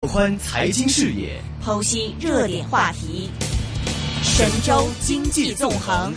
宽财经视野， 剖析热点话题，神州经济纵横。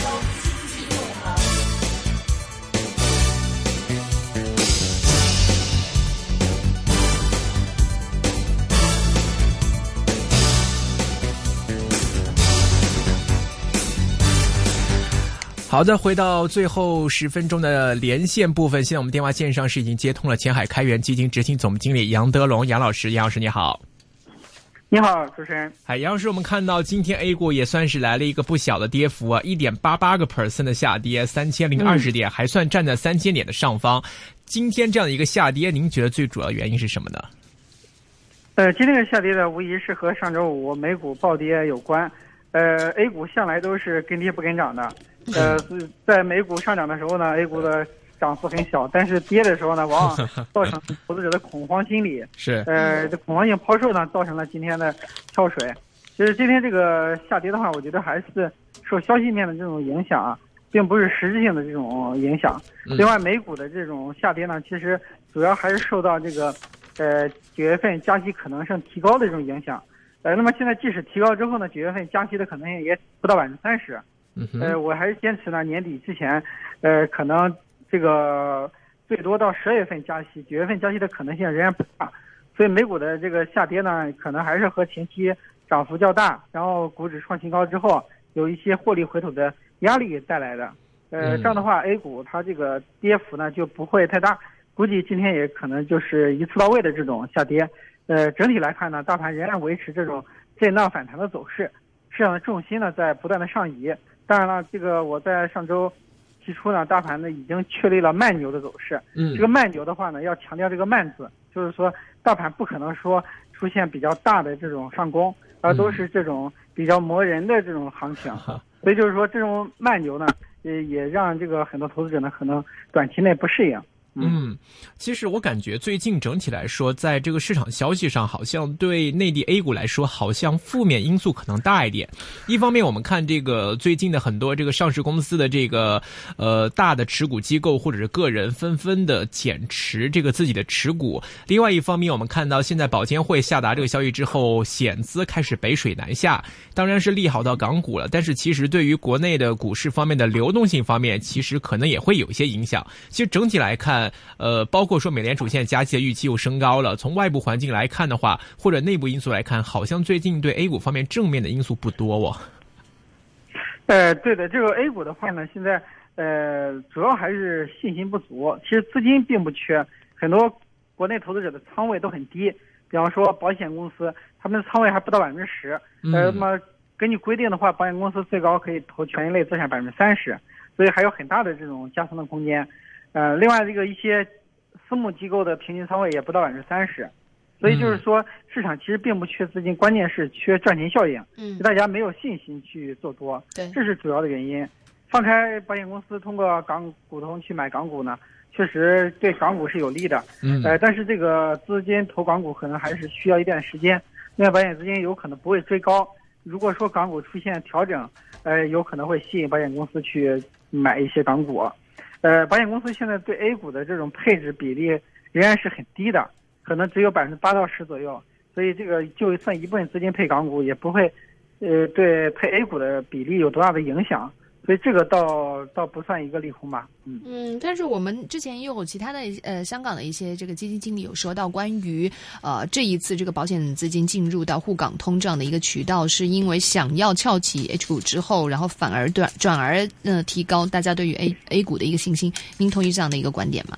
好的，回到最后10分钟的连线部分，现在我们电话线上是已经接通了前海开源基金执行总经理杨德龙杨老师，杨老师你好。 你好，主持人。 杨老师，我们看到今天 A 股也算是来了一个不小的跌幅啊，1.88% 的下跌，3020点，还算站在3000点的上方。今天这样的一个下跌，您觉得最主要原因是什么呢？ 今天的下跌呢，无疑是和上周五美股暴跌有关。A 股向来都是跟跌不跟涨的。在美股上涨的时候呢 ，A 股的涨幅很小，但是跌的时候呢，往往造成投资者的恐慌心理。 是。 这恐慌性抛售呢，造成了今天的跳水。其实今天这个下跌的话，我觉得还是受消息面的这种影响啊，并不是实质性的这种影响。另外，美股的这种下跌呢，其实主要还是受到这个9月份加息可能性提高的这种影响。那么现在即使提高之后呢，9月份加息的可能性也不到30%。我还是坚持呢，年底之前，可能这个最多到10月份加息，9月份加息的可能性仍然不大，所以美股的这个下跌呢，可能还是和前期涨幅较大，然后股指创新高之后，有一些获利回吐的压力带来的。这样的话 ，A 股它这个跌幅呢就不会太大，估计今天也可能就是一次到位的这种下跌。整体来看呢，大盘仍然维持这种震荡反弹的走势，市场的重心呢在不断的上移。当然了，这个我在上周提出呢，大盘呢已经确立了慢牛的走势。这个慢牛的话呢，要强调这个慢字，就是说大盘不可能说出现比较大的这种上攻，而都是这种比较磨人的这种行情。所以就是说，这种慢牛呢，也让这个很多投资者呢可能短期内不适应。 其实我感觉最近整体来说，在这个市场消息上，好像对内地 A 股来说，好像负面因素可能大一点。一方面，我们看这个最近的很多这个上市公司的这个大的持股机构或者是个人纷纷的减持这个自己的持股。另外一方面，我们看到现在保监会下达这个消息之后，险资开始北水南下，当然是利好到港股了。但是其实对于国内的股市方面的流动性方面，其实可能也会有一些影响。其实整体来看，包括说美联储现在加息的预期又升高了，从外部环境来看的话，或者内部因素来看，好像最近对 A 股方面正面的因素不多哦。 对的，这个 A 股的话呢，现在主要还是信心不足。其实资金并不缺，很多国内投资者的仓位都很低。比方说保险公司，他们的仓位还不到10%。那么根据规定的话，保险公司最高可以投权益类资产30%，所以还有很大的这种加仓的空间。另外这个一些私募机构的平均仓位也不到30%，所以就是说市场其实并不缺资金，关键是缺赚钱效应。大家没有信心去做多，这是主要的原因。放开保险公司通过港股通去买港股呢，确实对港股是有利的。但是这个资金投港股可能还是需要一段时间，另外保险资金有可能不会追高。如果说港股出现调整，有可能会吸引保险公司去买一些港股。保险公司现在对 A 股的这种配置比例仍然是很低的，可能只有8%到10%左右，所以这个就算一部分资金配港股，也不会，对配 A 股的比例有多大的影响，所以这个倒不算一个利空吧。 但是我们之前又有其他的香港的一些这个基金经理有说到，关于这一次这个保险资金进入到沪港通这样的一个渠道，是因为想要翘起 H 股之后，然后转而提高大家对于 A 股的一个信心。您同意这样的一个观点吗？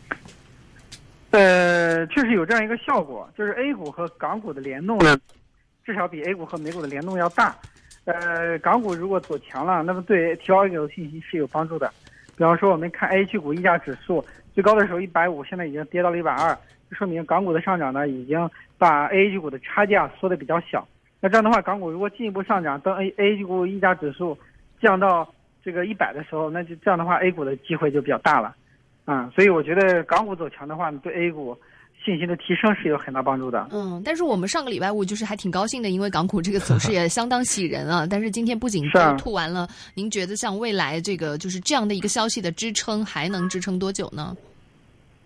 确实有这样一个效果，就是 A 股和港股的联动呢，至少比 A 股和美股的联动要大。港股如果走强了，那么对提高 A 股的信心是有帮助的。比方说我们看 A 股溢价指数最高的时候150，现在已经跌到了120，这说明港股的上涨呢已经把 A 股的差价缩得比较小。那这样的话，港股如果进一步上涨，等 A 股溢价指数降到这个100的时候，那就这样的话 A 股的机会就比较大了。所以我觉得港股走强的话，对 A 股信心的提升是有很大帮助的。 但是我们上个礼拜五就是还挺高兴的，因为港股这个走势也相当喜人啊。但是今天不仅都吐完了，您觉得像未来这个就是这样的一个消息的支撑还能支撑多久呢？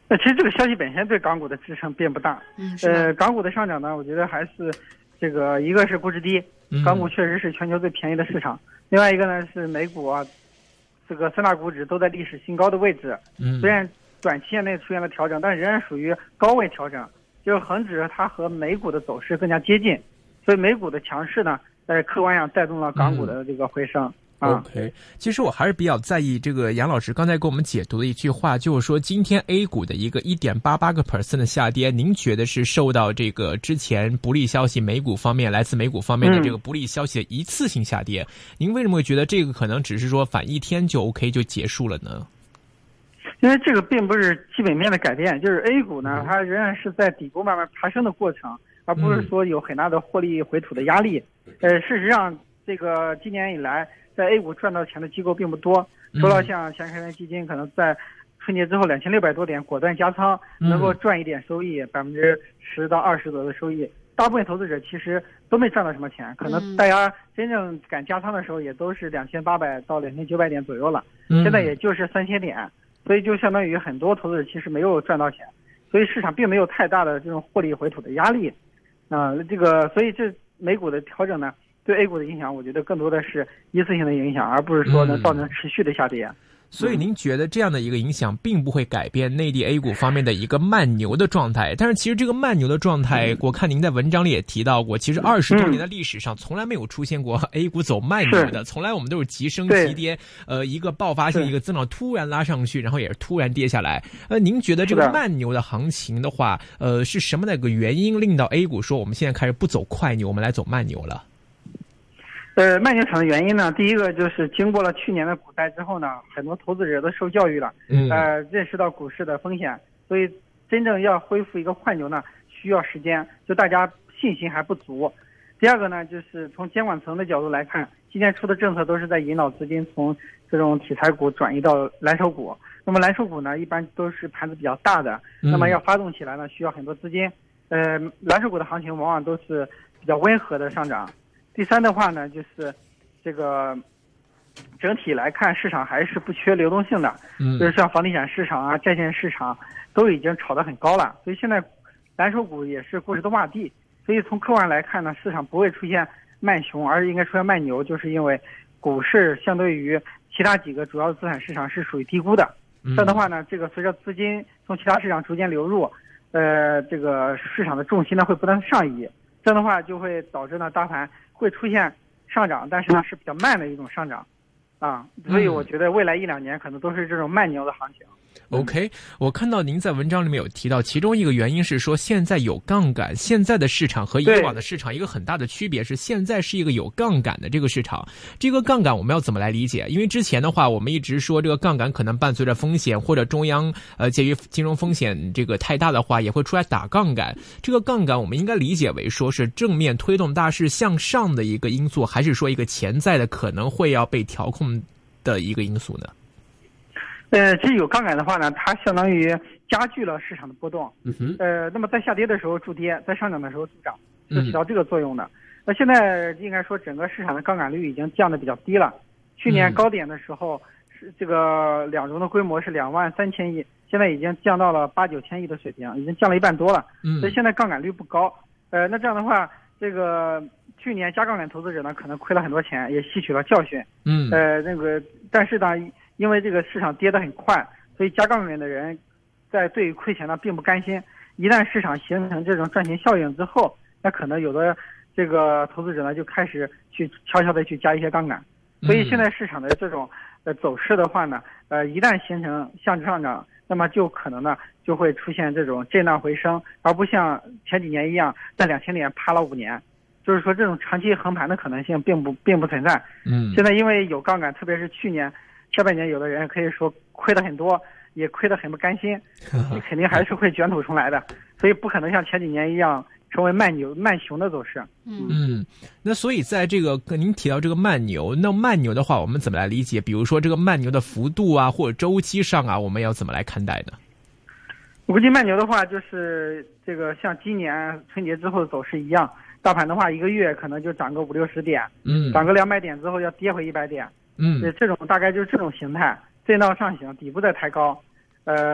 其实这个消息本身对港股的支撑并不大。港股的上涨呢，我觉得还是这个一个是估值低，港股确实是全球最便宜的市场。另外一个呢是美股啊，这个三大股指都在历史新高的位置。虽然短期内出现了调整，但仍然属于高位调整。就是恒指它和美股的走势更加接近，所以美股的强势呢，在客观上带动了港股的这个回升。 OK， 其实我还是比较在意这个杨老师刚才给我们解读的一句话，就是说今天 A 股的一个 1.88% 的下跌，您觉得是受到这个之前不利消息来自美股方面的这个不利消息的一次性下跌，您为什么会觉得这个可能只是说反一天就 OK 就结束了呢？ 因为这个并不是基本面的改变，就是 A 股呢，它仍然是在底部慢慢爬升的过程，而不是说有很大的获利回吐的压力。事实上，这个今年以来在 A 股赚到钱的机构并不多，除了像祥开源基金可能在春节之后2600多点果断加仓，能够赚一点收益，10%到20%左右的收益。大部分投资者其实都没赚到什么钱，可能大家真正敢加仓的时候也都是2800到2900点左右了，现在也就是3000点。所以就相当于很多投资者其实没有赚到钱，所以市场并没有太大的这种获利回吐的压力，所以这美股的调整呢，对 A 股的影响，我觉得更多的是一次性的影响，而不是说能造成持续的下跌。 所以您觉得这样的一个影响并不会改变内地 A 股方面的一个慢牛的状态，但是其实这个慢牛的状态，我看您在文章里也提到过，其实20多年的历史上从来没有出现过 A 股走慢牛的，从来我们都是急升急跌，一个爆发性一个增长突然拉上去，然后也是突然跌下来。您觉得这个慢牛的行情的话，是什么那个原因令到 A 股说我们现在开始不走快牛，我们来走慢牛了？ 慢牛场的原因呢，第一个就是经过了去年的股灾之后呢，很多投资者都受教育了，认识到股市的风险，所以真正要恢复一个快牛呢，需要时间，就大家信心还不足。第二个呢，就是从监管层的角度来看，今年出的政策都是在引导资金从这种题材股转移到蓝筹股。那么蓝筹股呢，一般都是盘子比较大的，那么要发动起来呢，需要很多资金。蓝筹股的行情往往都是比较温和的上涨。第三的话呢，就是这个整体来看，市场还是不缺流动性的，就是像房地产市场啊、债券市场都已经炒得很高了，所以现在蓝筹股也是估值的洼地。所以从客观来看呢，市场不会出现慢熊，而应该出现慢牛，就是因为股市相对于其他几个主要的资产市场是属于低估的。这样的话呢，这个随着资金从其他市场逐渐流入，这个市场的重心呢会不断上移，这样的话就会导致呢大盘会出现上涨，但是呢是比较慢的一种上涨，所以我觉得未来1-2年可能都是这种慢牛的行情。 OK， 我看到您在文章里面有提到，其中一个原因是说现在有杠杆，现在的市场和以往的市场一个很大的区别是现在是一个有杠杆的这个市场。这个杠杆我们要怎么来理解？因为之前的话我们一直说这个杠杆可能伴随着风险，或者中央介于金融风险这个太大的话也会出来打杠杆。这个杠杆我们应该理解为说是正面推动大势向上的一个因素，还是说一个潜在的可能会要被调控的一个因素呢？ 其实有杠杆的话呢，它相当于加剧了市场的波动。那么在下跌的时候助跌，在上涨的时候助涨，是起到这个作用的。那现在应该说整个市场的杠杆率已经降得比较低了。去年高点的时候，是这个两融的规模是23000亿，现在已经降到了8-9千亿的水平，已经降了1半多了。所以现在杠杆率不高。那这样的话，这个去年加杠杆投资者呢，可能亏了很多钱，也吸取了教训。但是呢，因为这个市场跌得很快，所以加杠杆的人在对于亏钱呢并不甘心。一旦市场形成这种赚钱效应之后，那可能有的这个投资者呢就开始去悄悄的去加一些杠杆。所以现在市场的这种走势的话呢，一旦形成向上涨，那么就可能呢就会出现这种震荡回升，而不像前几年一样在2000点趴了5年。就是说这种长期横盘的可能性并不存在。现在因为有杠杆，特别是去年下半年，有的人可以说亏得很多，也亏得很不甘心，你肯定还是会卷土重来的，所以不可能像前几年一样成为慢熊的走势。 那所以在这个您提到这个慢牛，那慢牛的话我们怎么来理解？比如说这个慢牛的幅度啊，或者周期上啊，我们要怎么来看待呢？ 我估计慢牛的话，就是这个像今年春节之后的走势一样，大盘的话1个月可能就涨个50-60点，涨个200点之后要跌回100点，这种大概就是这种形态，震荡上行，底部在抬高，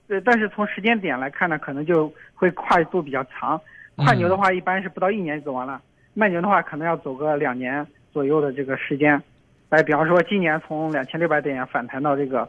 但是从时间点来看呢，可能就会跨度比较长。快牛的话一般是不到1年就走完了，慢牛的话可能要走个2年左右的这个时间。比方说今年从2600点反弹到这个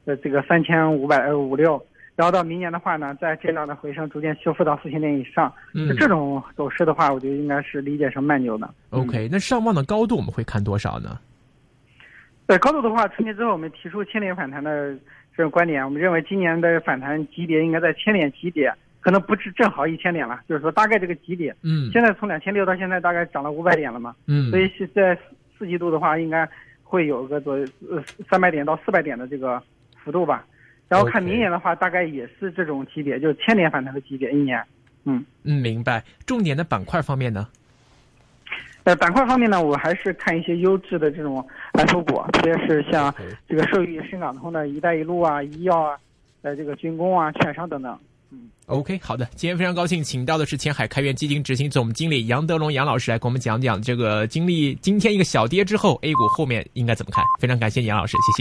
3556，然后到明年的话呢，在这样的回升逐渐修复到4000点以上。这种走势的话，我觉得应该是理解成慢牛的。 OK，那上望的高度我们会看多少呢？ 高度的话，春节之后我们提出1000点反弹的这种观点，我们认为今年的反弹级别应该在1000点级别，可能不是正好1000点了，就是说大概这个级别。现在从2600到现在大概涨了500点了嘛。所以是在4季度的话，应该会有个300点到400点的这个幅度吧。然后看明年的话，大概也是这种级别，就是1000点反弹的级别一年。 明白。重点的板块方面呢？ 板块方面呢，我还是看一些优质的这种蓝筹股，特别是像这个受益于深港通的一带一路啊、医药啊、这个军工啊、券商等等。 OK， 好的，今天非常高兴请到的是前海开源基金执行总经理杨德龙杨老师来给我们讲讲这个经历今天一个小跌之后 A 股后面应该怎么看。非常感谢杨老师，谢谢。